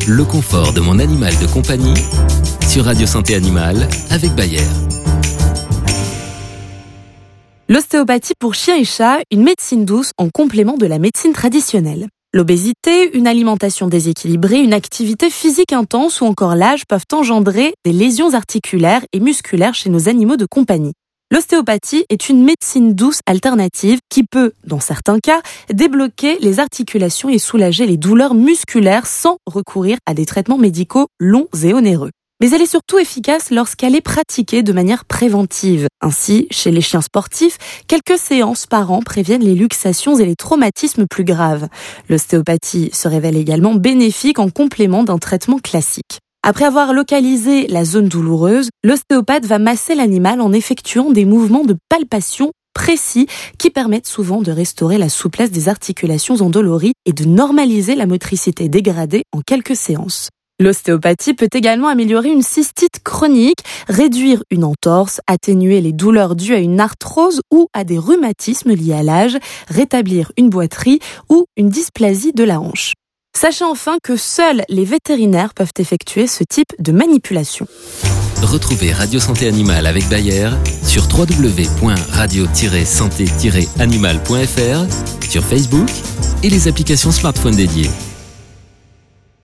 le confort de mon animal de compagnie sur Radio Santé Animale avec Bayer. L'ostéopathie pour chiens et chats, une médecine douce en complément de la médecine traditionnelle. L'obésité, une alimentation déséquilibrée, une activité physique intense ou encore l'âge peuvent engendrer des lésions articulaires et musculaires chez nos animaux de compagnie. L'ostéopathie est une médecine douce alternative qui peut, dans certains cas, débloquer les articulations et soulager les douleurs musculaires sans recourir à des traitements médicaux longs et onéreux. Mais elle est surtout efficace lorsqu'elle est pratiquée de manière préventive. Ainsi, chez les chiens sportifs, quelques séances par an préviennent les luxations et les traumatismes plus graves. L'ostéopathie se révèle également bénéfique en complément d'un traitement classique. Après avoir localisé la zone douloureuse, l'ostéopathe va masser l'animal en effectuant des mouvements de palpation précis qui permettent souvent de restaurer la souplesse des articulations endolories et de normaliser la motricité dégradée en quelques séances. L'ostéopathie peut également améliorer une cystite chronique, réduire une entorse, atténuer les douleurs dues à une arthrose ou à des rhumatismes liés à l'âge, rétablir une boiterie ou une dysplasie de la hanche. Sachez enfin que seuls les vétérinaires peuvent effectuer ce type de manipulation. Retrouvez Radio Santé Animale avec Bayer sur www.radio-santé-animal.fr, sur Facebook et les applications smartphone dédiées.